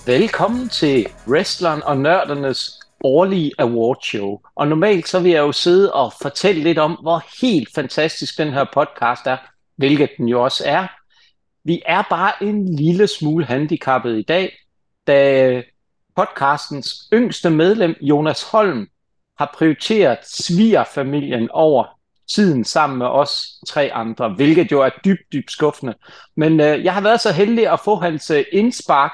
Velkommen til Wrestleren og Nørdernes årlige awardshow. Og normalt så vil jeg jo sidde og fortælle lidt om, hvor helt fantastisk den her podcast er, hvilket den jo også er. Vi er bare en lille smule handicappet i dag, da podcastens yngste medlem, Jonas Holm, har prioriteret svigerfamilien over tiden sammen med os tre andre, hvilket jo er dybt skuffende. Men jeg har været så heldig at få hans indspark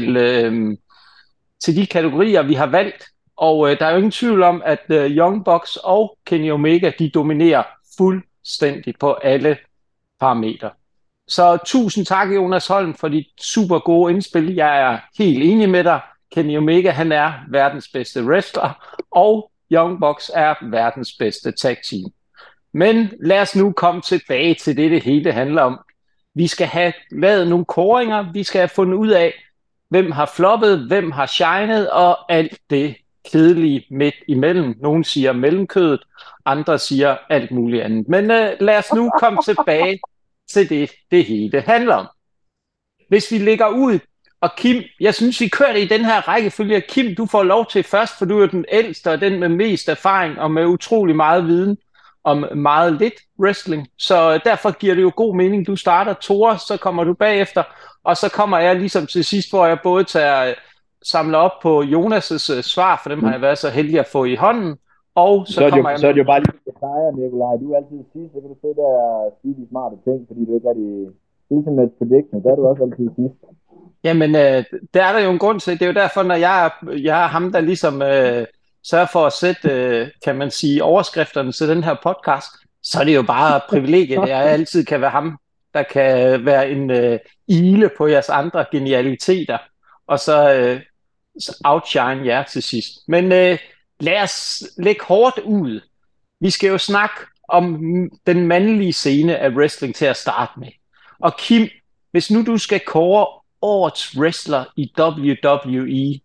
til de kategorier, vi har valgt. Og der er jo ingen tvivl om, at Young Bucks og Kenny Omega, de dominerer fuldstændig på alle parametre. Så tusind tak, Jonas Holm, for dit super gode indspil. Jeg er helt enig med dig. Kenny Omega, han er verdens bedste wrestler, og Young Bucks er verdens bedste tag team. Men lad os nu komme tilbage til det hele handler om. Vi skal have lavet nogle kåringer, vi skal have fundet ud af, hvem har floppet, hvem har shined, og alt det kedelige midt imellem. Nogle siger mellemkødet, andre siger alt muligt andet. Men lad os nu komme tilbage til det hele handler om. Hvis vi lægger ud, og Kim, jeg synes, vi kører det i den her rækkefølge. Kim, du får lov til først, for du er den ældste og den med mest erfaring og med utrolig meget viden om meget lidt wrestling. Så derfor giver det jo god mening, du starter. Tore, så kommer du bagefter, og så kommer jeg ligesom til sidst, hvor jeg både samler op på Jonas' svar, for dem har jeg været så heldig at få i hånden, og så kommer jeg... Så er det jo bare lige til dig, Nikolaj. Du er altid sidst, så kan du sidde der og sige de smarte ting, fordi du ikke er de ultimate prediction. Der er du også altid sidst. Jamen, der er der jo en grund til. Det er jo derfor, når jeg er ham, der ligesom sørger for at sætte, kan man sige, overskrifterne til den her podcast, så er det jo bare privilegiet, at jeg altid kan være ham, der kan være en ile på jeres andre genialiteter, og så outshine jer til sidst. Men lad os lægge hårdt ud. Vi skal jo snakke om den mandlige scene af wrestling til at starte med. Og Kim, hvis nu du skal kåre årets wrestler i WWE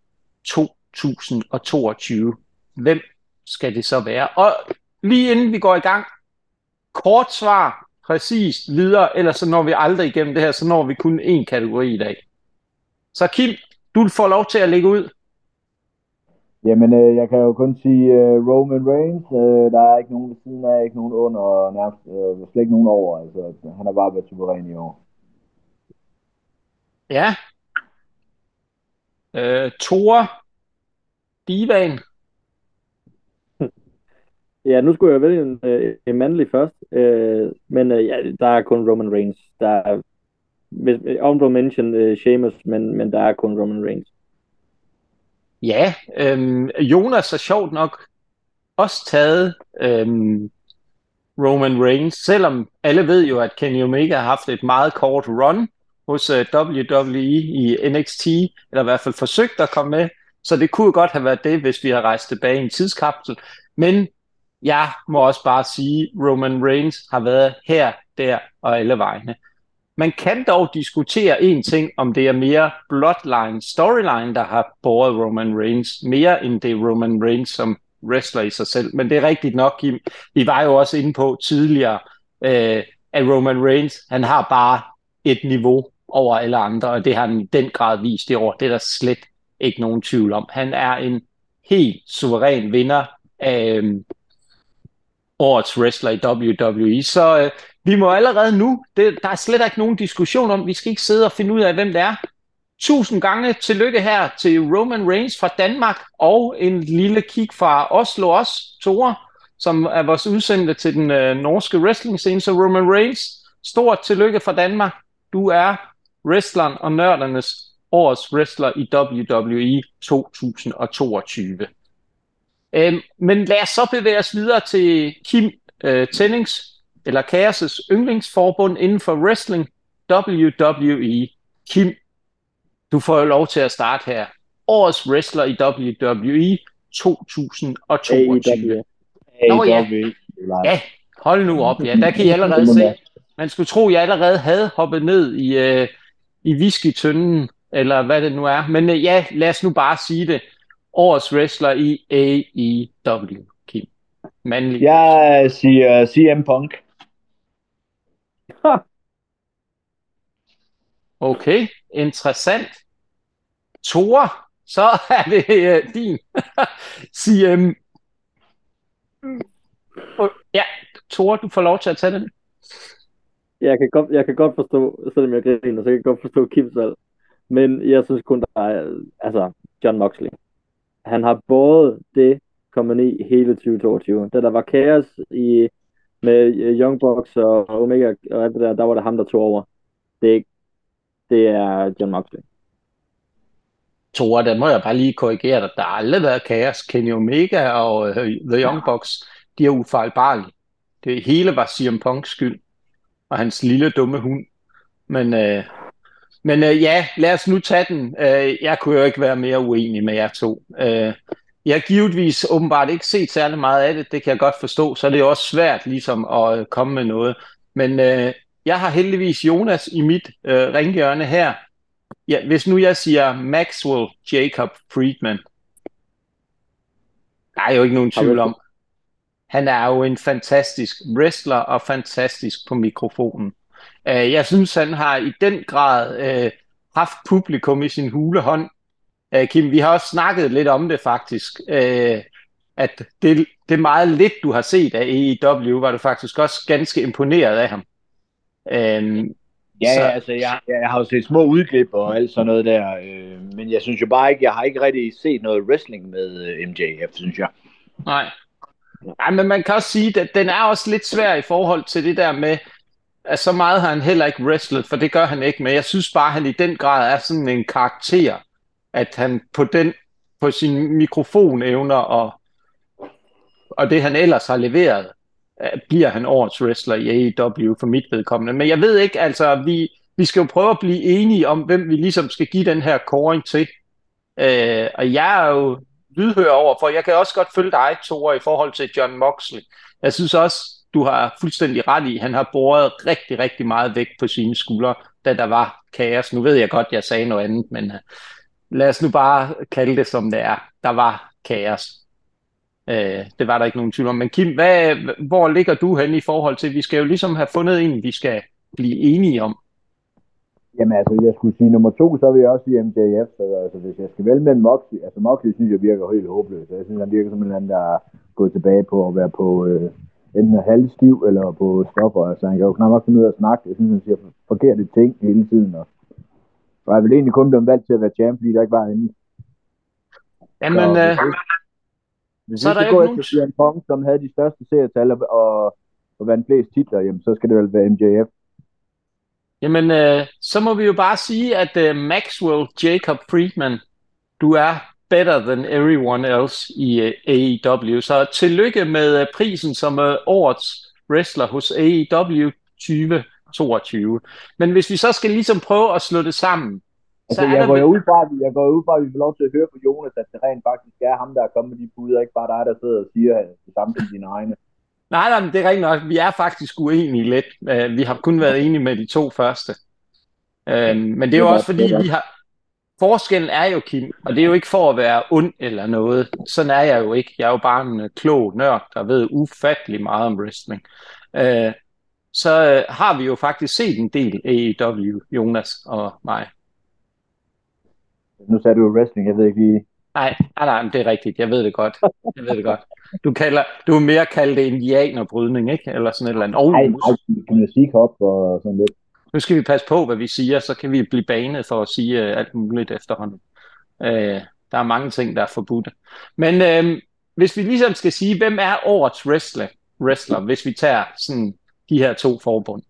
2022, hvem skal det så være? Og lige inden vi går i gang, kort svar, præcist, videre, ellers så når vi aldrig igennem det her, så når vi kun én kategori i dag. Så Kim, du får lov til at lægge ud. Jamen, jeg kan jo kun sige Roman Reigns. Der er ikke nogen ved siden af, ikke nogen under, og nærmest slet ikke nogen over. Altså, han har bare været suveræn i år. Ja, Tore, Divan. Ja, nu skulle jeg vælge en mandlig først, men ja, der er kun Roman Reigns. Der er honorable mention Sheamus, men der er kun Roman Reigns. Ja, Jonas har sjovt nok også taget Roman Reigns, selvom alle ved jo, at Kenny Omega har haft et meget kort run hos WWE i NXT, eller i hvert fald forsøgt at komme med, så det kunne godt have været det, hvis vi har rejst tilbage i en tidskapsel. Men jeg må også bare sige, Roman Reigns har været her, der og alle vegne. Man kan dog diskutere en ting, om det er mere bloodline, storyline, der har båret Roman Reigns, mere end det er Roman Reigns som wrestler i sig selv. Men det er rigtigt nok, Kim. Vi var jo også inde på tidligere, at Roman Reigns, han har bare et niveau over alle andre, og det har han i den grad vist i år. Det er der slet ikke nogen tvivl om. Han er en helt suveræn vinder af årets wrestler i WWE. Så vi må allerede nu, der er slet ikke nogen diskussion om, vi skal ikke sidde og finde ud af, hvem det er. 1000 gange tillykke her til Roman Reigns fra Danmark, og en lille kig fra Oslo også, Tore, som er vores udsendte til den norske wrestling scene. Så Roman Reigns, stort tillykke fra Danmark. Du er wrestleren og nørdernes årets wrestler i WWE 2022. Men lad os så bevæge os videre til Kim Tennings, eller Chaos' yndlingsforbund inden for wrestling, WWE. Kim, du får jo lov til at starte her. Årets wrestler i WWE 2022. Nå ja, ja, hold nu op. Ja, der kan I allerede se. Man skulle tro, jeg allerede havde hoppet ned i whiskytønden, eller hvad det nu er. Men ja, lad os nu bare sige det. Årets wrestler i AEW, Kim. Mandlig. Jeg siger CM Punk. Okay, interessant. Tore, så er det din CM. Ja, Tore, du får lov til at tage den. Jeg kan godt forstå, selvom jeg griner, så kan jeg godt forstå Kims valg. Men jeg synes kun, der er, altså, John Moxley. Han har båret det kompagni hele 2022. Da der var kaos med Young Bucks og Omega og alt det der var det ham, der tog over. Det er John Moxley. Tore, der må jeg bare lige korrigere dig. Der har aldrig været kaos. Kenny Omega og The Young Bucks, de er ufejlbarlige. Det hele var CM Punks skyld. Og hans lille dumme hund. Men ja, lad os nu tage den. Jeg kunne jo ikke være mere uenig med jer to. Jeg har givetvis åbenbart ikke set særlig meget af det. Det kan jeg godt forstå. Så er det jo også svært ligesom at komme med noget. Men jeg har heldigvis Jonas i mit ringhjørne her. Ja, hvis nu jeg siger Maxwell Jacob Friedman. Der er jo ikke nogen tvivl om. Han er jo en fantastisk wrestler og fantastisk på mikrofonen. Jeg synes, han har i den grad haft publikum i sin hulehånd. Kim, vi har også snakket lidt om det faktisk. At det meget lidt, du har set af AEW, var du faktisk også ganske imponeret af ham. Ja, altså jeg har jo set små udklip og alt sådan noget der, men jeg synes jo bare ikke, jeg har ikke rigtig set noget wrestling med MJF, synes jeg. Nej, men man kan også sige, at den er også lidt svær i forhold til det der med, at så meget har han heller ikke wrestlet, for det gør han ikke, men jeg synes bare, at han i den grad er sådan en karakter, at han på sine mikrofonevner og det han ellers har leveret, bliver han årets wrestler i AEW for mit vedkommende. Men jeg ved ikke, altså vi skal jo prøve at blive enige om, hvem vi ligesom skal give den her kåring til. Og jeg er jo lydhør over, for jeg kan også godt følge dig, Tore, i forhold til John Moxley. Jeg synes også, du har fuldstændig ret i, han har båret rigtig, rigtig meget vægt på sine skuldre, da der var kaos. Nu ved jeg godt, jeg sagde noget andet, men lad os nu bare kalde det, som det er. Der var kaos. Det var der ikke nogen tvivl om. Men Kim, hvor ligger du hen i forhold til, vi skal jo ligesom have fundet en, vi skal blive enige om. Jamen altså, jeg skulle sige nummer 2, så vil jeg også sige MJF. Altså, hvis jeg skal vælge mellem Moxley, altså Moxley synes jeg virker helt håbløs. Jeg synes, han virker som en anden, der er gået tilbage på at være på enten halvstiv eller på stoffer. Altså, han kan jo knap også finde ud af at snakke. Jeg synes, han siger forkerte ting hele tiden. Og jeg er vel egentlig kun blevet valgt til at være champ, fordi der ikke var inde. Jamen, hvis vi skal gå efter CM Punk, som havde de største serietal og vandt flest titler, jamen, så skal det vel være MJF. Jamen, så må vi jo bare sige, at Maxwell Jacob Friedman, du er better than everyone else i AEW. Så tillykke med prisen som årets wrestler hos AEW 2022. Men hvis vi så skal ligesom prøve at slå det sammen. Altså, jeg går ud fra, at vi får lov til at høre på Jonas, at det rent faktisk er ham, der er kommet med de bud, og ikke bare dig, der sidder og siger det samme som dine egne. Nej, det er rigtigt nok. Vi er faktisk uenige lidt. Vi har kun været enige med de 2 første. Men det er jo også fordi, forskellen er jo, Kim, og det er jo ikke for at være ond eller noget. Sådan er jeg jo ikke. Jeg er jo bare en klog nørd, der ved ufattelig meget om wrestling. Så har vi jo faktisk set en del AEW, Jonas og mig. Nu sagde du jo wrestling, jeg ved ikke lige. Nej, men det er rigtigt. Jeg ved det godt. Du er mere kaldt det indianerbrydning, ikke? Eller sådan et eller andet. Nej, gymnastikhop og sådan lidt. Nu skal vi passe på, hvad vi siger, så kan vi blive banet for at sige alt muligt efterhånden. Der er mange ting, der er forbudte. Men hvis vi ligesom skal sige, hvem er årets wrestler, hvis vi tager sådan de her 2 forbund?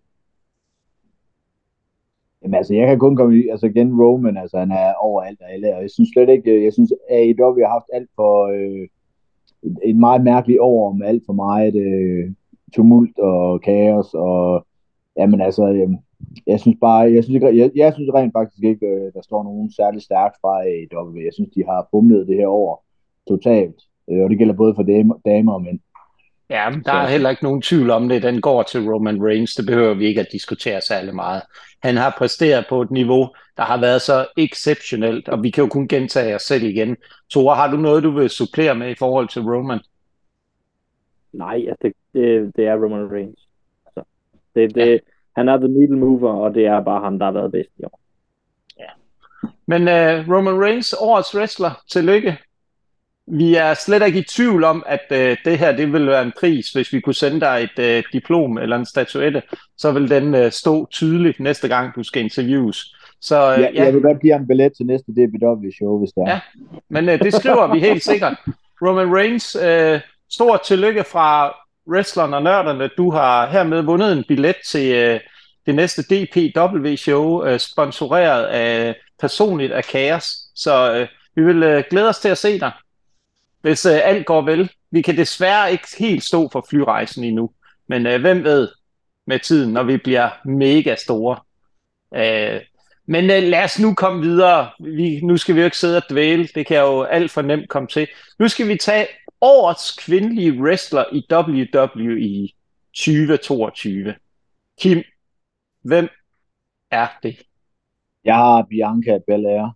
Jamen altså, jeg kan kun komme i, altså igen Roman, altså han er overalt og alle, og jeg synes slet ikke, jeg synes AEW har haft alt for et meget mærkeligt år med alt for meget tumult og kaos, og jamen altså, jeg synes rent faktisk ikke, der står nogen særlig stærkt fra AEW. Jeg synes, de har bumlet det her år totalt, og det gælder både for damer og mænd. Ja, men der er heller ikke nogen tvivl om det. Den går til Roman Reigns. Det behøver vi ikke at diskutere særlig meget. Han har præsteret på et niveau, der har været så exceptionelt, og vi kan jo kun gentage os selv igen. Tore, har du noget, du vil supplere med i forhold til Roman? Nej, altså det er Roman Reigns. Så han er the needle mover, og det er bare ham, der har været bedst i år. Ja. Men Roman Reigns, årets wrestler, tillykke. Vi er slet ikke i tvivl om, at det her det vil være en pris. Hvis vi kunne sende dig et diplom eller en statuette, så vil den stå tydeligt næste gang, du skal interviews. Så ja. Jeg vil godt give ham billet til næste DBW-show, hvis det er. Ja, men det skriver vi helt sikkert. Roman Reigns, stort tillykke fra wrestlerne og nørderne. Du har hermed vundet en billet til det næste DPW-show, sponsoreret personligt af Chaos. Så vi vil glæde os til at se dig, hvis alt går vel. Vi kan desværre ikke helt stå for flyrejsen endnu, men hvem ved med tiden, når vi bliver mega store. Men lad os nu komme videre. Nu skal vi jo ikke sidde og dvæle. Det kan jo alt for nemt komme til. Nu skal vi tage årets kvindelige wrestler i WWE 2022. Kim, hvem er det? Jeg har Bianca Belair.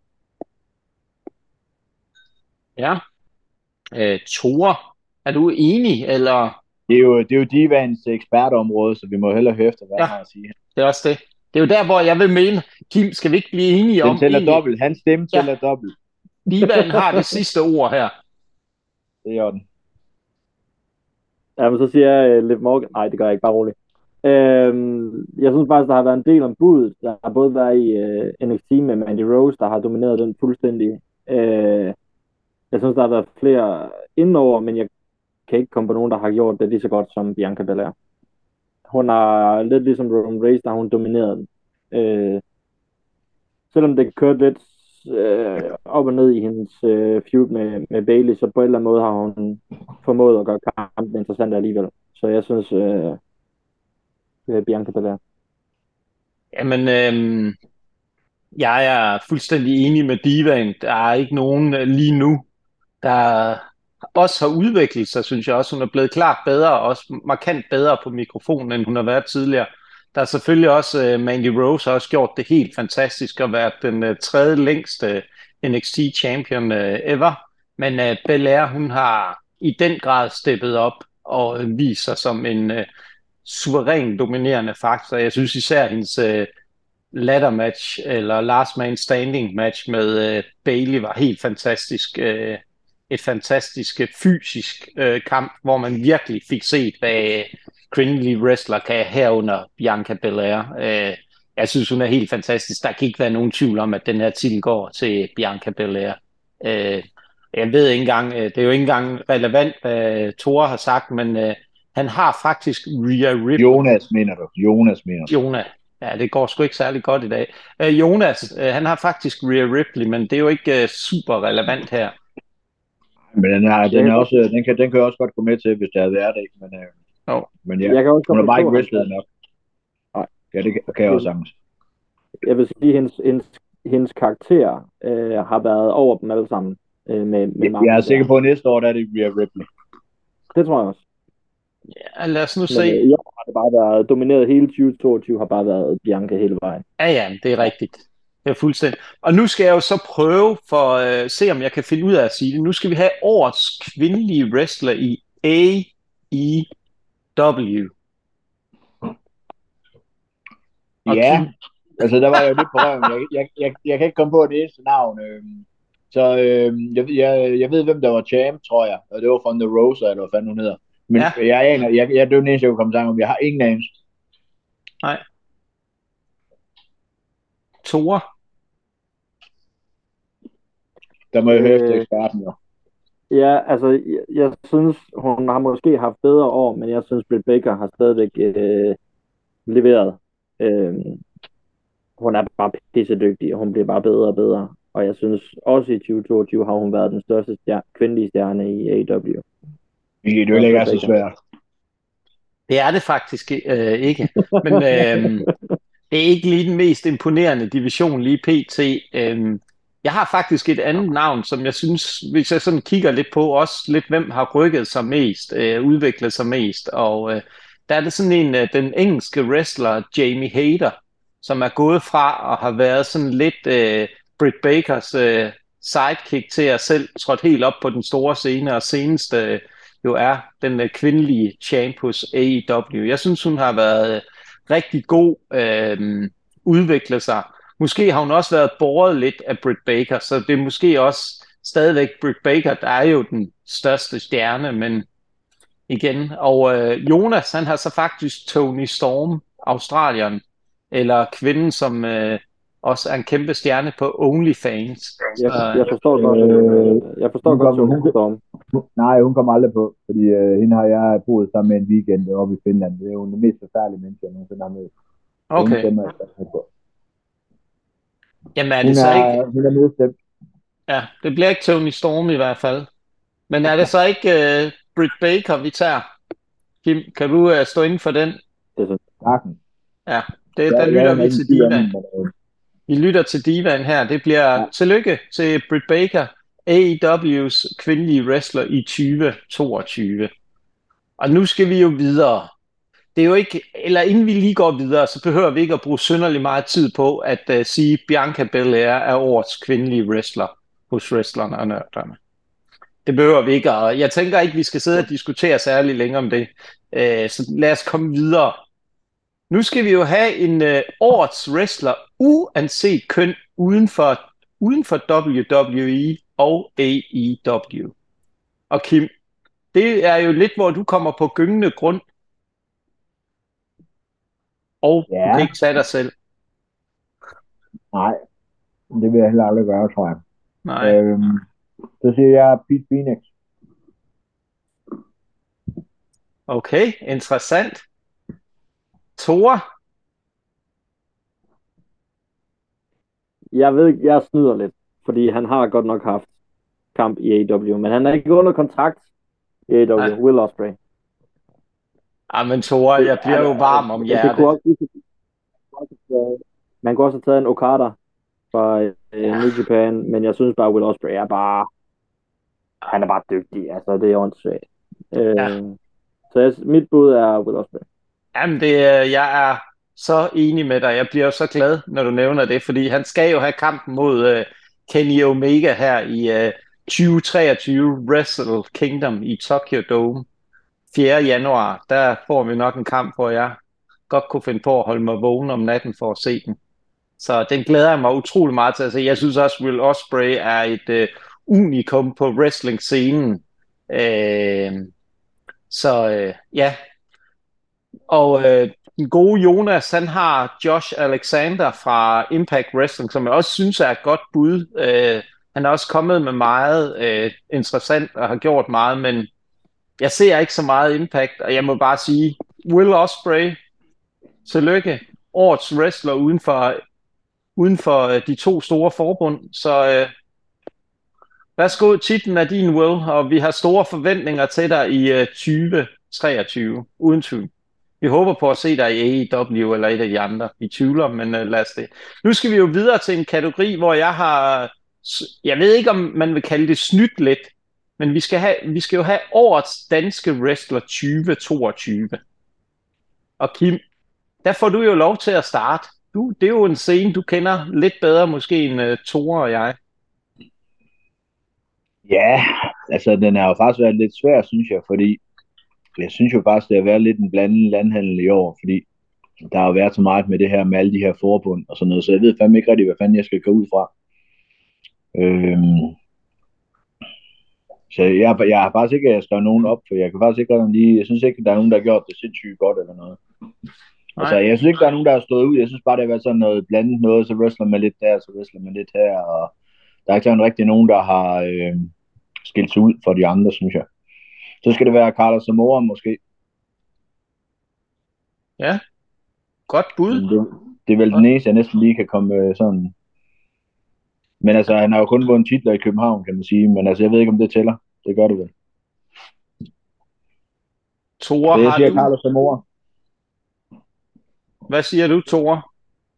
Ja. Tore, er du enig, eller? Det er jo divans ekspertområde, så vi må hellere høre efter, hvad han har at sige. Det er også det. Det er jo der, hvor jeg vil mene, Kim, skal vi ikke blive enige om... Den tæller dobbelt. Hans stemme tæller dobbelt. Divan har det sidste ord her. Det er den. Ja, men så siger jeg Liv Morgan. Nej, det gør jeg ikke, bare roligt. Jeg synes faktisk, der har været en del om budet. Der har både været i NXT med Mandy Rose, der har domineret den fuldstændig. Jeg synes, der har været flere indenover, men jeg kan ikke komme på nogen, der har gjort det lige så godt som Bianca Belair. Hun har lidt ligesom Roman Reigns, der har hun domineret den. Selvom det kørte lidt op og ned i hendes feud med Bayley, så på en eller anden måde har hun formået at gøre kampen interessant alligevel. Så jeg synes, det er Bianca Belair. Jamen, jeg er fuldstændig enig med Divan. Der er ikke nogen lige nu, der også har udviklet sig, synes jeg også. Hun er blevet klart bedre, og også markant bedre på mikrofonen, end hun har været tidligere. Der er selvfølgelig også Mandy Rose har også gjort det helt fantastisk at være den tredje længste NXT champion ever. Men Belair, hun har i den grad steppet op og vist sig som en suveræn dominerende faktor. Jeg synes især hendes ladder match eller last man standing match med Bayley var helt fantastisk. Et fantastisk fysisk kamp, hvor man virkelig fik set, hvad kvindelige wrestler kan herunder Bianca Belair. Jeg synes, hun er helt fantastisk. Der kan ikke være nogen tvivl om, at den her titel går til Bianca Belair. Jeg ved ikke engang, det er jo ikke engang relevant, hvad Thor har sagt, men han har faktisk Rhea Ripley. Jonas mener du? Jonas. Ja, det går sgu ikke særlig godt i dag. Jonas, han har faktisk Rhea Ripley, men det er jo ikke super relevant her. Men den også, den kan også godt gå med til, hvis det er det, men men ja, hun er bare ikke wrestlet nok. Nej. Ja, det kan jeg også sagtens. Jeg vil sige, at hendes karakter har været over dem alle sammen. Jeg er sikker på, at næste år der er det Rhea Ripley. Det tror jeg også. Ja, lad os nu se. I år har det bare været domineret hele 2022, har bare været Bianca hele vejen. Ja, det er rigtigt. Det er fuldstændig. Og nu skal jeg jo så prøve for at se, om jeg kan finde ud af at sige det. Nu skal vi have årets kvindelige wrestler i AEW. Ja, altså der var jeg jo lidt på røven. Jeg kan ikke komme på det eneste navn. Så jeg ved, hvem der var champ, tror jeg. Og det var Thunder Rosa, eller hvad fanden hun hedder. Men jeg det er jo den eneste, jeg kunne komme sammen om. Jeg har ingen anelse. Nej. Tore? Der må jeg høre efter eksperten, jo. Ja, altså, jeg synes, hun har måske haft bedre år, men jeg synes, Britt Baker har stadigvæk leveret. Hun er bare pissedygtig, og hun bliver bare bedre og bedre. Og jeg synes også i 2022 har hun været den største kvindelige stjerne i AEW. Det er jo ikke så svært. Det er det faktisk ikke. Men det er ikke lige den mest imponerende division lige pt. Jeg har faktisk et andet navn, som jeg synes, hvis jeg sådan kigger lidt på, også lidt hvem har rykket sig mest, udviklet sig mest. Og der er det sådan en, den engelske wrestler Jamie Hayter, som er gået fra at have været sådan lidt Britt Bakers sidekick til at selv trådt helt op på den store scene, og senest jo er den kvindelige champ hos AEW. Jeg synes, hun har været rigtig god, udviklet sig, Måske har hun også været båret lidt af Britt Baker, så det er måske også stadigvæk Britt Baker, der er jo den største stjerne, men igen. Og Jonas, han har så faktisk Tony Storm, Australien, eller kvinden, som også er en kæmpe stjerne på OnlyFans. Jeg forstår godt, jeg forstår godt Tony Storm. Nej, hun kommer aldrig på, fordi hende har jeg boet sammen med en weekend oppe i Finland. Det er jo det mest forfærdelige menneske, jeg nogensinde har mødt. Okay. Jamen er det hun så er, ikke... Hun er nedstemt. Ja, det bliver ikke Tony Storm i hvert fald. Men er det så ikke Britt Baker, vi tager? Kim, kan du stå inden for den? Det er sådan. Ja, der lytter vi til Divan. Vi lytter til Divan her. Det bliver tillykke til Britt Baker, AEW's kvindelige wrestler i 2022. Og nu skal vi jo videre. Det er jo ikke, eller inden vi lige går videre, så behøver vi ikke at bruge synderligt meget tid på at sige, Bianca Belair er årets kvindelige wrestler hos Wrestlerne og Nørderne. Det behøver vi ikke, og jeg tænker ikke, vi skal sidde og diskutere særlig længe om det. Så lad os komme videre. Nu skal vi jo have en årets wrestler, uanset køn, uden for WWE og AEW. Og Kim, det er jo lidt, hvor du kommer på gyngende grund. Og du kan ikke tage dig selv. Nej, det vil jeg heller aldrig gøre, tror jeg. Nej. Så siger jeg Pete Phoenix. Okay, interessant. Thor? Jeg ved ikke, jeg snyder lidt, fordi han har godt nok haft kamp i AEW, men han er ikke under kontrakt i AEW. Nej. Will Ospreay. Men Thor, jeg bliver jo varm om hjertet. Man kunne også have taget en Okada fra New Japan, men jeg synes bare, Will Ospreay er bare... Han er bare dygtig, altså det er åndssvagt. Så mit bud er Will Ospreay. Jamen, jeg er så enig med dig. Jeg bliver så glad, når du nævner det, fordi han skal jo have kampen mod Kenny Omega her i 2023 Wrestle Kingdom i Tokyo Dome. 4. januar, der får vi nok en kamp, hvor jeg godt kunne finde på at holde mig vågen om natten for at se den. Så den glæder jeg mig utrolig meget til at se. Jeg synes også, Will Ospreay er et unikum på wrestling-scenen. Ja. Og den gode Jonas, han har Josh Alexander fra Impact Wrestling, som jeg også synes er et godt bud. Han er også kommet med meget interessant og har gjort meget, men jeg ser ikke så meget Impact, og jeg må bare sige, Will Ospreay, tillykke, årets wrestler uden for de 2 store forbund, så værsgo, titlen er din, Will, og vi har store forventninger til dig i 2023, uden tvivl. Vi håber på at se dig i AEW eller et af de andre. Vi tvivler, men lad os det. Nu skal vi jo videre til en kategori, hvor jeg ved ikke, om man vil kalde det snydt lidt, men vi skal jo have årets danske wrestler 2022. Og Kim, der får du jo lov til at starte. Det er jo en scene, du kender lidt bedre måske end Thor og jeg. Ja, altså den har jo faktisk været lidt svær, synes jeg, fordi jeg synes jo faktisk, det har været lidt en blandet landhandel i år, fordi der har jo været så meget med det her, med alle de her forbund og sådan noget, så jeg ved fandme ikke rigtig, hvad fanden jeg skal gå ud fra. Så jeg har faktisk ikke skrevet nogen op, for jeg kan faktisk ikke lige, jeg synes ikke, der er nogen, der har gjort det sindssygt godt eller noget. Altså, jeg synes ikke, der er nogen, der har stået ud. Jeg synes bare, det har været sådan noget blandet noget, så wrestler man lidt der, så wrestler man lidt her, og der er ikke sådan rigtig nogen, der har skilt sig ud for de andre, synes jeg. Så skal det være Carlos Zamora måske. Ja, godt bud. Det er vel den eneste, jeg næsten lige kan komme sådan. Men altså, han har jo kun vundet titler i København, kan man sige. Men altså, jeg ved ikke, om det tæller. Det gør det vel. Thor, så jeg siger Carlos Zamora. Hvad siger du, Thor?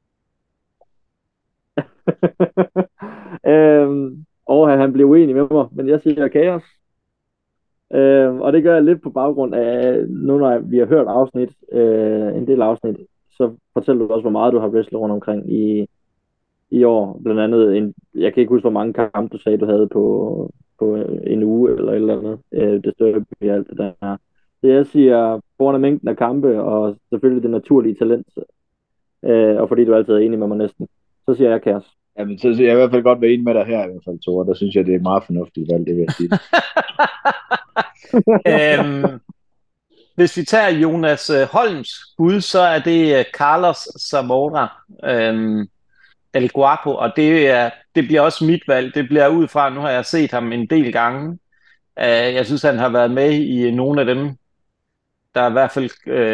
Han blev uenig med mig, men jeg siger Chaos. Og det gør jeg lidt på baggrund af, nu når vi har hørt afsnit, en del afsnit, så fortæller du også, hvor meget du har wrestlet rundt omkring i år. Blandt andet, jeg kan ikke huske, hvor mange kampe du sagde, du havde på en uge eller et eller andet. Det større i alt det der. Så jeg siger, foran af mængden af kampe, og selvfølgelig det naturlige talent. Og fordi du altid er enig med mig næsten, Så siger jeg Kærs. Jamen, så jeg i hvert fald godt være enig med dig her i hvert fald, Thor. Der synes jeg, det er meget fornuftigt valg, det vil jeg sige. øhm, Hvis vi tager Jonas Holms bud, så er det Carlos Zamora El Guapo, og det bliver også mit valg. Det bliver ud fra, nu har jeg set ham en del gange. Jeg synes, han har været med i nogle af dem, der i hvert fald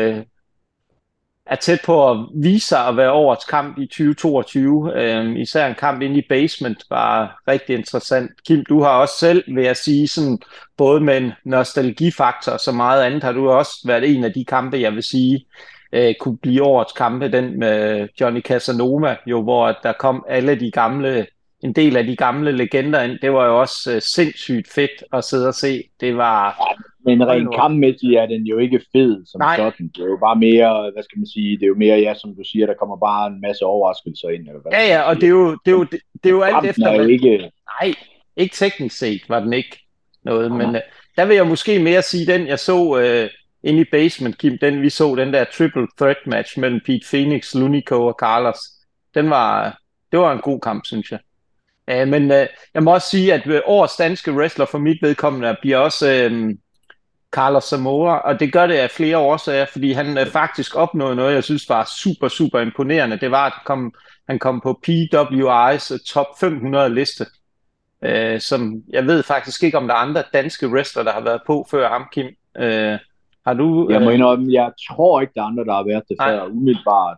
er tæt på at vise sig at være årets kamp i 2022. Især en kamp inde i basement var rigtig interessant. Kim, du har også selv, vil jeg sige, sådan, både med en nostalgifaktor og så meget andet, har du også været en af de kampe, jeg vil sige, kunne blive årets kampe, den med Johnny Casanova, jo, hvor der kom en del af de gamle legender ind. Det var jo også sindssygt fedt at sidde og se. Det var... Men rent kampmæssigt er den jo ikke fed som sådan. Det er jo bare mere, hvad skal man sige, det er jo mere, ja, som du siger, der kommer bare en masse overraskelser ind. Eller hvad ja, og det er jo alt efter... Er jo ikke... Nej, ikke teknisk set var den ikke noget, men der vil jeg måske mere sige, den jeg så inde i basement, Kim, vi så den der triple threat match mellem Pete Phoenix, Lunico og Carlos. Det var en god kamp, synes jeg. Men jeg må også sige, at årets danske wrestler for mit vedkommende bliver også Carlos Zamora, og det gør det af flere årsager, fordi han faktisk opnåede noget, jeg synes var super, super imponerende. Det var, at han kom på PWI's top 500 liste, som jeg ved faktisk ikke, om der er andre danske wrestler, der har været på før ham, Kim. Har du... Jeg må indrømme, jeg tror ikke, der er andre, der har været det før, umiddelbart.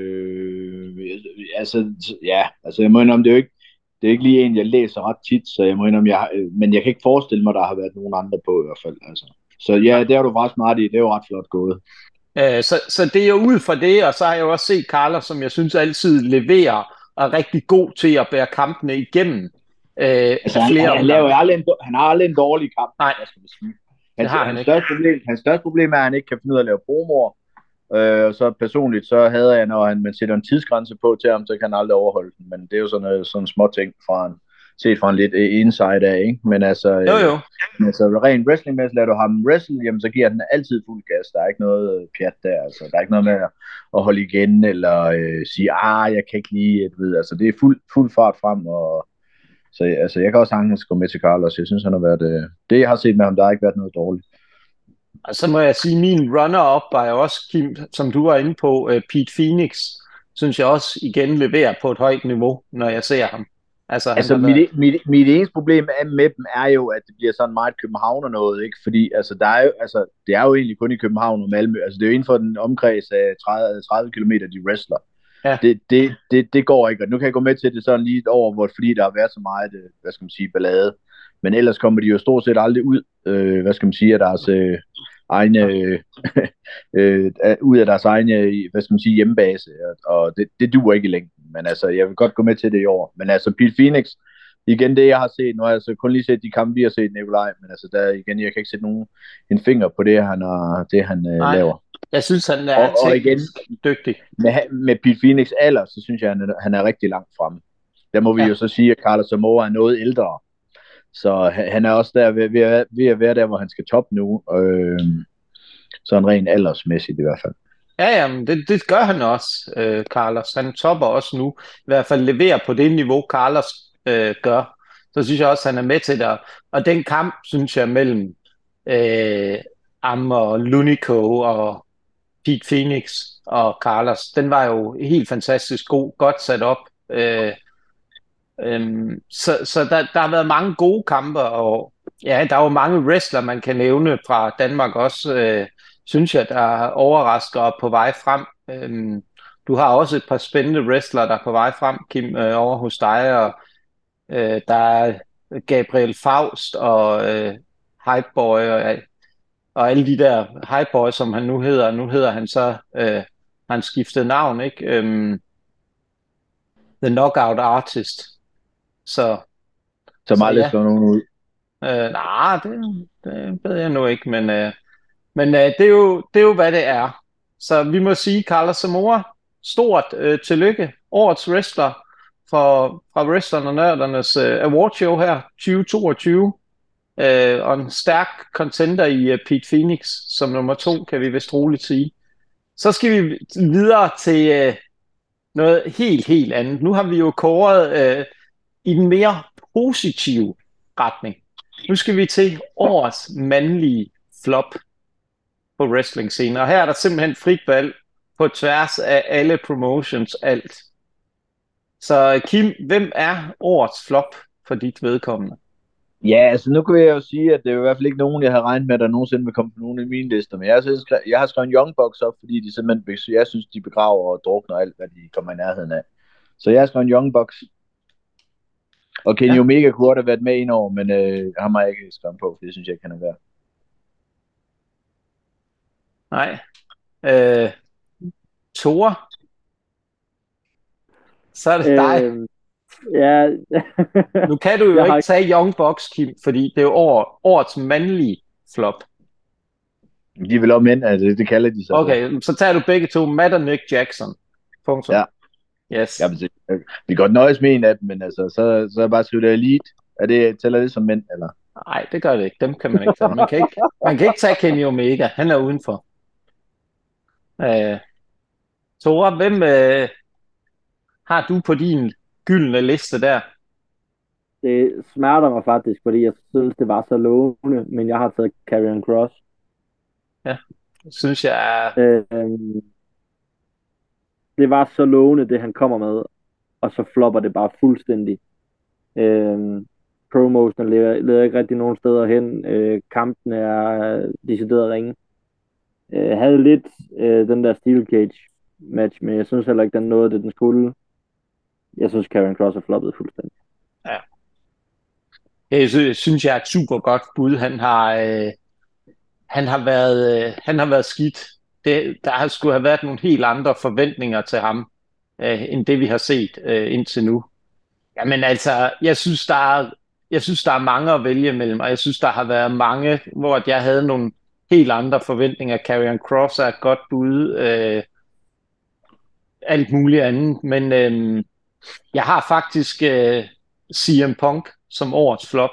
Altså, jeg må indrømme, det er ikke lige en, jeg læser ret tit, så jeg må indrømme, men jeg kan ikke forestille mig, der har været nogen andre på i hvert fald. Altså. Så ja, det har du faktisk meget i. Det er jo ret flot gået. Så det er jo ud fra det, og så har jeg jo også set Carlos, som jeg synes altid leverer og er rigtig god til at bære kampene igennem. Han har aldrig en dårlig kamp. Nej, Hans største problem er, at han ikke kan finde ud af at lave promoer. Så personligt, så hader jeg, når man sætter en tidsgrænse på til ham, så kan han aldrig overholde den. Men det er jo sådan små ting set fra en lidt inside af, ikke? Men altså, altså rent wrestlingmæssigt, lader du ham wrestle, jamen så giver den altid fuld gas. Der er ikke noget pjat der, altså. Der er ikke noget med at holde igen, eller sige, jeg kan ikke lide, altså det er fuld fart frem, og så altså, jeg kan også sagtens gå med til Carlos. Jeg synes, han har været, det jeg har set med ham, der har ikke været noget dårligt. Og så må jeg sige, min runner-up var jo også, Kim, som du var inde på, Pete Phoenix, synes jeg også igen leverer på et højt niveau, når jeg ser ham. Altså mit eneste problem med dem er jo, at det bliver sådan meget København og noget, ikke? Fordi altså, det er jo egentlig kun i København og Malmø. Altså, det er jo inden for den omkreds af 30 km, de wrestler. Ja. Det går ikke, og nu kan jeg gå med til det sådan lige over, fordi der har været så meget, hvad skal man sige, ballade. Men ellers kommer de jo stort set aldrig ud, hvad skal man sige, af deres egne, ud af deres egne, hvad skal man sige, hjemmebase, og det duer ikke i længden. Men altså, jeg vil godt gå med til det i år. Men altså, Pete Phoenix, igen det, jeg har set, nu har jeg altså kun lige set de kampe, vi har set, Nikolaj, men altså, der igen, jeg kan ikke sætte en finger på det, han laver. Jeg synes, han er og igen, dygtig. Med Pete Phoenix alder, så synes jeg, han er rigtig langt fremme. Der må vi jo så sige, at Carlos Zamora er noget ældre. Så han er også der ved at være der, hvor han skal toppe nu. Sådan rent aldersmæssigt i hvert fald. Ja, det gør han også, Carlos. Han topper også nu. I hvert fald leverer på det niveau, Carlos gør. Så synes jeg også, han er med til det. Og den kamp, synes jeg, mellem Am og Lunico og Pete Phoenix og Carlos, den var jo helt fantastisk god, godt sat op. Så der har været mange gode kampe, og ja, der er jo mange wrestler, man kan nævne fra Danmark også, synes jeg, der overrasker på vej frem. Du har også et par spændende wrestlere, der er på vej frem, Kim, over hos dig, og der er Gabriel Faust og Hypeboy og alle de der Hypeboy, som han nu hedder. Nu hedder han så, han skiftet navn, ikke? The Knockout Artist. Så aldrig slår nogen ud. Nej, det ved jeg nu ikke, men det er jo, hvad det er. Så vi må sige, Carlos Zamora, stort tillykke. Årets wrestler fra Wrestlerne og Nørdernes awardshow her, 2022. Og en stærk contender i Pete Phoenix som nummer 2, kan vi vist roligt sige. Så skal vi videre til noget helt andet. Nu har vi jo kåret i den mere positive retning. Nu skal vi til årets mandlige flop på wrestling-scenen. Og her er der simpelthen frit valg på tværs af alle promotions, alt. Så Kim, hvem er årets flop for dit vedkommende? Ja, altså nu kan jeg jo sige, at det er i hvert fald ikke nogen, jeg har regnet med, der nogensinde vil komme på nogen af mine lister. Men jeg har skrevet Young Bucks op, fordi de simpelthen, jeg synes, de begraver og drukner alt, hvad de kommer i nærheden af. Så jeg har skrevet Young Bucks. Og Kenny Omega kunne godt have været med ind over, men ham har jeg ikke skrevet på, for det synes jeg ikke, han er værd. Nej. Thor? Så er det dig. Ja. Nu kan du jo ikke tage Young Bucks, Kim, fordi det er jo årets mandlige flop. De er vel også mænd, altså det kalder de så. Okay, så tager du begge to, Matt og Nick Jackson. Punktum. Ja. Yes. Ja, vi kan godt nøjes med en af dem, men altså, så er jeg bare skrive det elite. Tæller det som mænd, eller? Nej, det gør det ikke. Dem kan man ikke tage. Man kan ikke tage Kenny Omega. Han er udenfor. Thor, hvem har du på din gyldne liste der? Det smerter mig faktisk, fordi jeg synes, det var så lovende, men jeg har taget Karrion Kross. Ja, synes jeg det var så lovende, det han kommer med, og så flopper det bare fuldstændig. Promotion leder ikke rigtig nogen steder hen. Kampen er decideret ringe. Havde lidt den der Steel Cage match, men jeg synes heller ikke, den nåede det, den skulle. Jeg synes, Karrion Kross er floppet fuldstændig. Ja. Jeg synes, jeg er et super godt bud. Han har været skidt. Der skulle have været nogle helt andre forventninger til ham, end det vi har set indtil nu. Jamen altså, jeg synes, der er mange at vælge mellem, og jeg synes, der har været mange, hvor jeg havde nogle helt andre forventninger. Karrion Kross er et godt bud. Alt muligt andet. Men jeg har faktisk CM Punk som årets flop.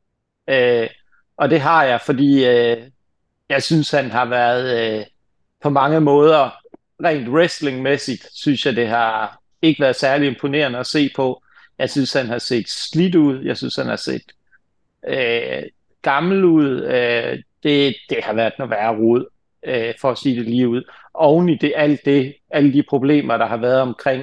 Og det har jeg, fordi jeg synes, han har været på mange måder, rent wrestlingmæssigt, synes jeg, det har ikke været særlig imponerende at se på. Jeg synes, han har set slidt ud. Jeg synes, han har set gammel ud. Det har været noget værre rod, for at sige det lige ud. Oven i det, alle de problemer, der har været omkring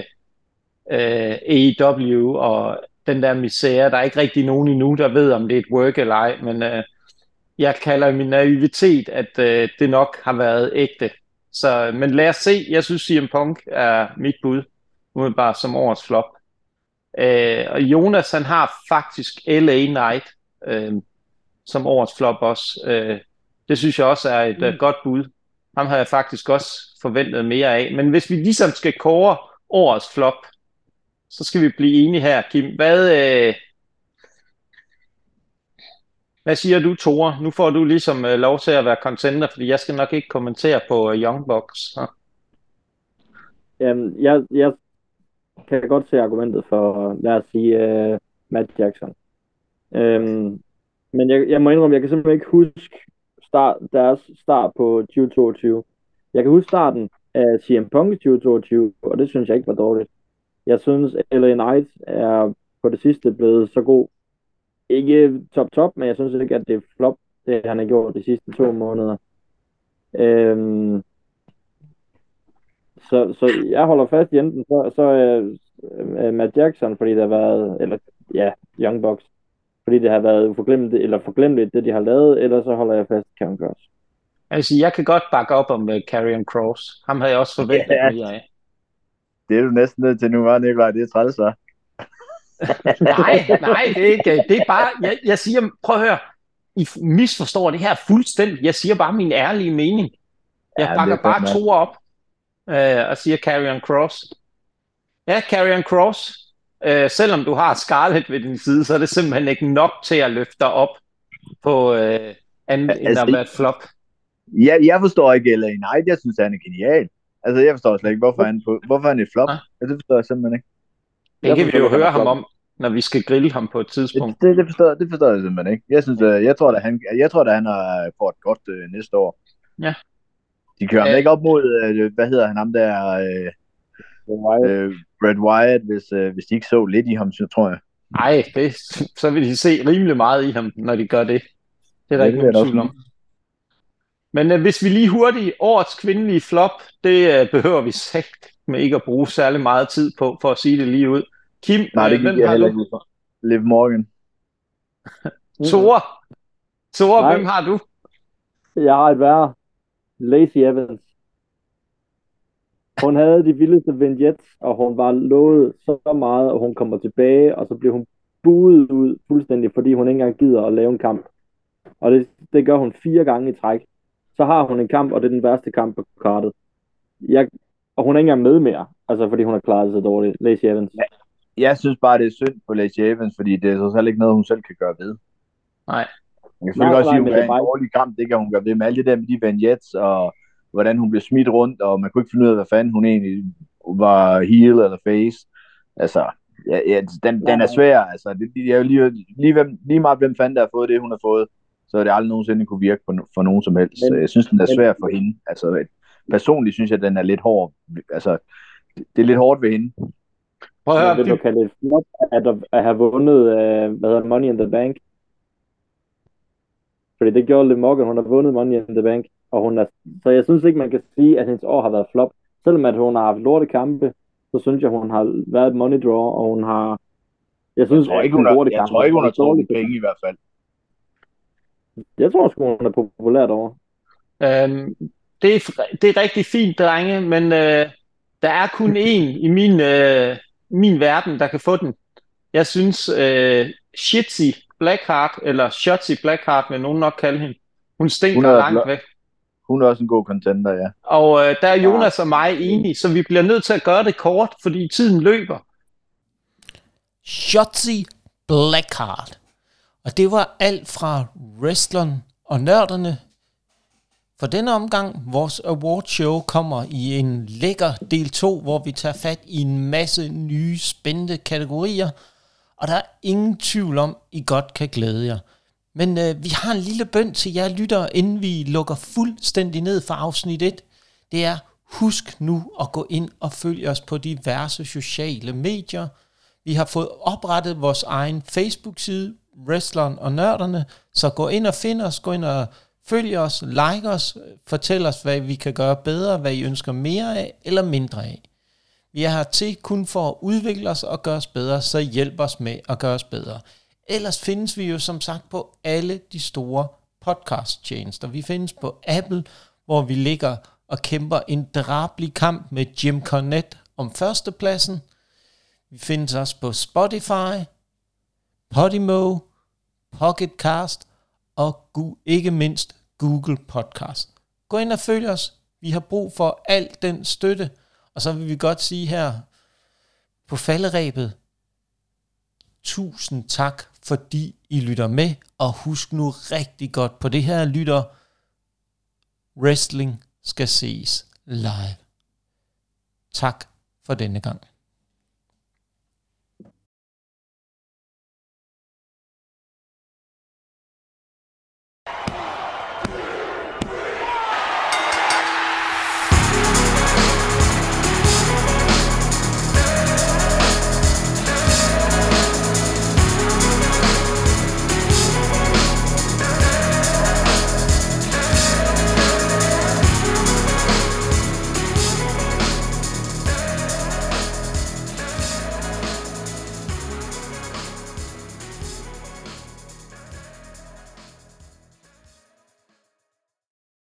AEW og den der misære. Der er ikke rigtig nogen endnu, der ved, om det er et work eller ej, men jeg kalder min naivitet, at det nok har været ægte. Men lad os se. Jeg synes, CM Punk er mit bud, umiddelbart som årets flop. Og Jonas, han har faktisk LA Knight som årets flop også. Det synes jeg også er et godt bud. Ham har jeg faktisk også forventet mere af. Men hvis vi ligesom skal kåre årets flop, så skal vi blive enige her, Kim. Hvad siger du, Thor? Nu får du ligesom lov til at være contender, fordi jeg skal nok ikke kommentere på Young Bucks. Jeg kan godt se argumentet for, lad os sige, Matt Jackson. Men jeg må indrømme, jeg kan simpelthen ikke huske deres start på 2022. Jeg kan huske starten af CM Punk i 2022, og det synes jeg ikke var dårligt. Jeg synes, LA Knight er på det sidste blevet så god. Ikke top, men jeg synes ikke, at det er flop, det han har gjort de sidste 2 måneder. Så jeg holder fast i enten, så er Matt Jackson, fordi det har været, Young Bucks, fordi det har været forglemmeligt, det de har lavet, eller så holder jeg fast i Karrion Kross. Altså, jeg kan godt bakke op om Karrion Kross. Ham havde jeg også forventet mere af. Det er du næsten nødt til nu, var Nikolaj, det er træls, så. nej, det er ikke. Det er bare, jeg siger, prøv at høre, I misforstår det her fuldstændig. Jeg siger bare min ærlige mening. Jeg bakker bare Thor op og siger Karrion Kross. Ja, Karrion Kross. Selvom du har Scarlett ved din side, så er det simpelthen ikke nok til at løfte dig op på andet end at være et flop. Jeg forstår ikke LA Knight. Jeg synes, han er genial. Altså, jeg forstår slet ikke, hvorfor han er et flop. Ja, det forstår jeg simpelthen ikke. Det kan vi jo høre ham om, når vi skal grille ham på et tidspunkt. Det forstår jeg simpelthen ikke. Jeg tror, at han får et godt næste år. Ja. De kører ham ikke op mod, hvad hedder han, ham der, Bret Wyatt, hvis de ikke så lidt i ham, så tror jeg. Ej, så vil de se rimelig meget i ham, når de gør det. Det er der ikke nogen tvivl om. Men hvis vi lige hurtigt, årets kvindelige flop, det behøver vi sagt med ikke at bruge særlig meget tid på, for at sige det lige ud. Kim, nej, det hvem har du? Liv Morgan. Tore, hvem har du? Jeg har et værre. Lacey Evans. Hun havde de vildeste vignettes, og hun var lovet så meget, og hun kommer tilbage, og så bliver hun buet ud fuldstændig, fordi hun ikke engang gider at lave en kamp. Og det gør hun 4 gange i træk. Så har hun en kamp, og det er den værste kamp på kartet. Og hun er ikke engang med mere, altså fordi hun har klaret sig dårligt. Lacey Evans. Ja, jeg synes bare, det er synd på Lacey Evans, fordi det er så selv ikke noget, hun selv kan gøre ved. Nej. Jeg kan selvfølgelig godt sige, at hun er en dårlig kamp, det kan hun gøre ved med alle det der med de vignettes, og hvordan hun blev smidt rundt, og man kunne ikke finde ud af, hvad fanden hun egentlig var, heel eller face. Altså, den er svær. Altså, det er jo lige meget, hvem fanden der har fået det, hun har fået, så er det aldrig nogensinde kunne virke for nogen som helst. Jeg synes, den er svær for hende. Altså, personligt synes jeg, at den er lidt hård. Altså, det er lidt hårdt ved hende. Prøv at høre. Vil du kalde det flot at have vundet Money in the Bank? Fordi det gjorde Liv Morgan, hun har vundet Money in the Bank, og så jeg synes ikke, man kan sige, at hendes år har været flop. Selvom at hun har haft lorte kampe, så synes jeg, hun har været et money draw, og hun har... Jeg tror ikke, hun har trukket penge i hvert fald. Jeg tror sgu, hun er populær derovre. Det er rigtig fint, drenge, men der er kun én i min verden, der kan få den. Jeg synes, Shotzi Blackheart, eller Shotzi Blackheart, vil nogen nok kalde hende. Hun stinker langt væk. Hun er også en god contender, ja. Og der er Jonas og mig enige, så vi bliver nødt til at gøre det kort, fordi tiden løber. Shotzi Blackheart. Og det var alt fra wrestleren og nørderne. For denne omgang, vores awardshow kommer i en lækker del 2, hvor vi tager fat i en masse nye spændende kategorier. Og der er ingen tvivl om, I godt kan glæde jer. Men vi har en lille bøn til jer lyttere, inden vi lukker fuldstændig ned for afsnit 1. Det er, husk nu at gå ind og følge os på diverse sociale medier. Vi har fået oprettet vores egen Facebook-side, Wrestleren og Nørderne. Så gå ind og find os, gå ind og følg os, like os, fortæl os, hvad vi kan gøre bedre, hvad I ønsker mere af eller mindre af. Vi er her til kun for at udvikle os og gøre os bedre, så hjælp os med at gøre os bedre. Ellers findes vi jo som sagt på alle de store podcast-tjenester. Vi findes på Apple, hvor vi ligger og kæmper en drabelig kamp med Jim Cornette om førstepladsen. Vi findes også på Spotify, Podimo, Pocket Cast og ikke mindst Google Podcast. Gå ind og følg os. Vi har brug for al den støtte. Og så vil vi godt sige her på falderebet, tusind tak, fordi I lytter med, og husk nu rigtig godt på det her, lytter. Wrestling skal ses live. Tak for denne gang.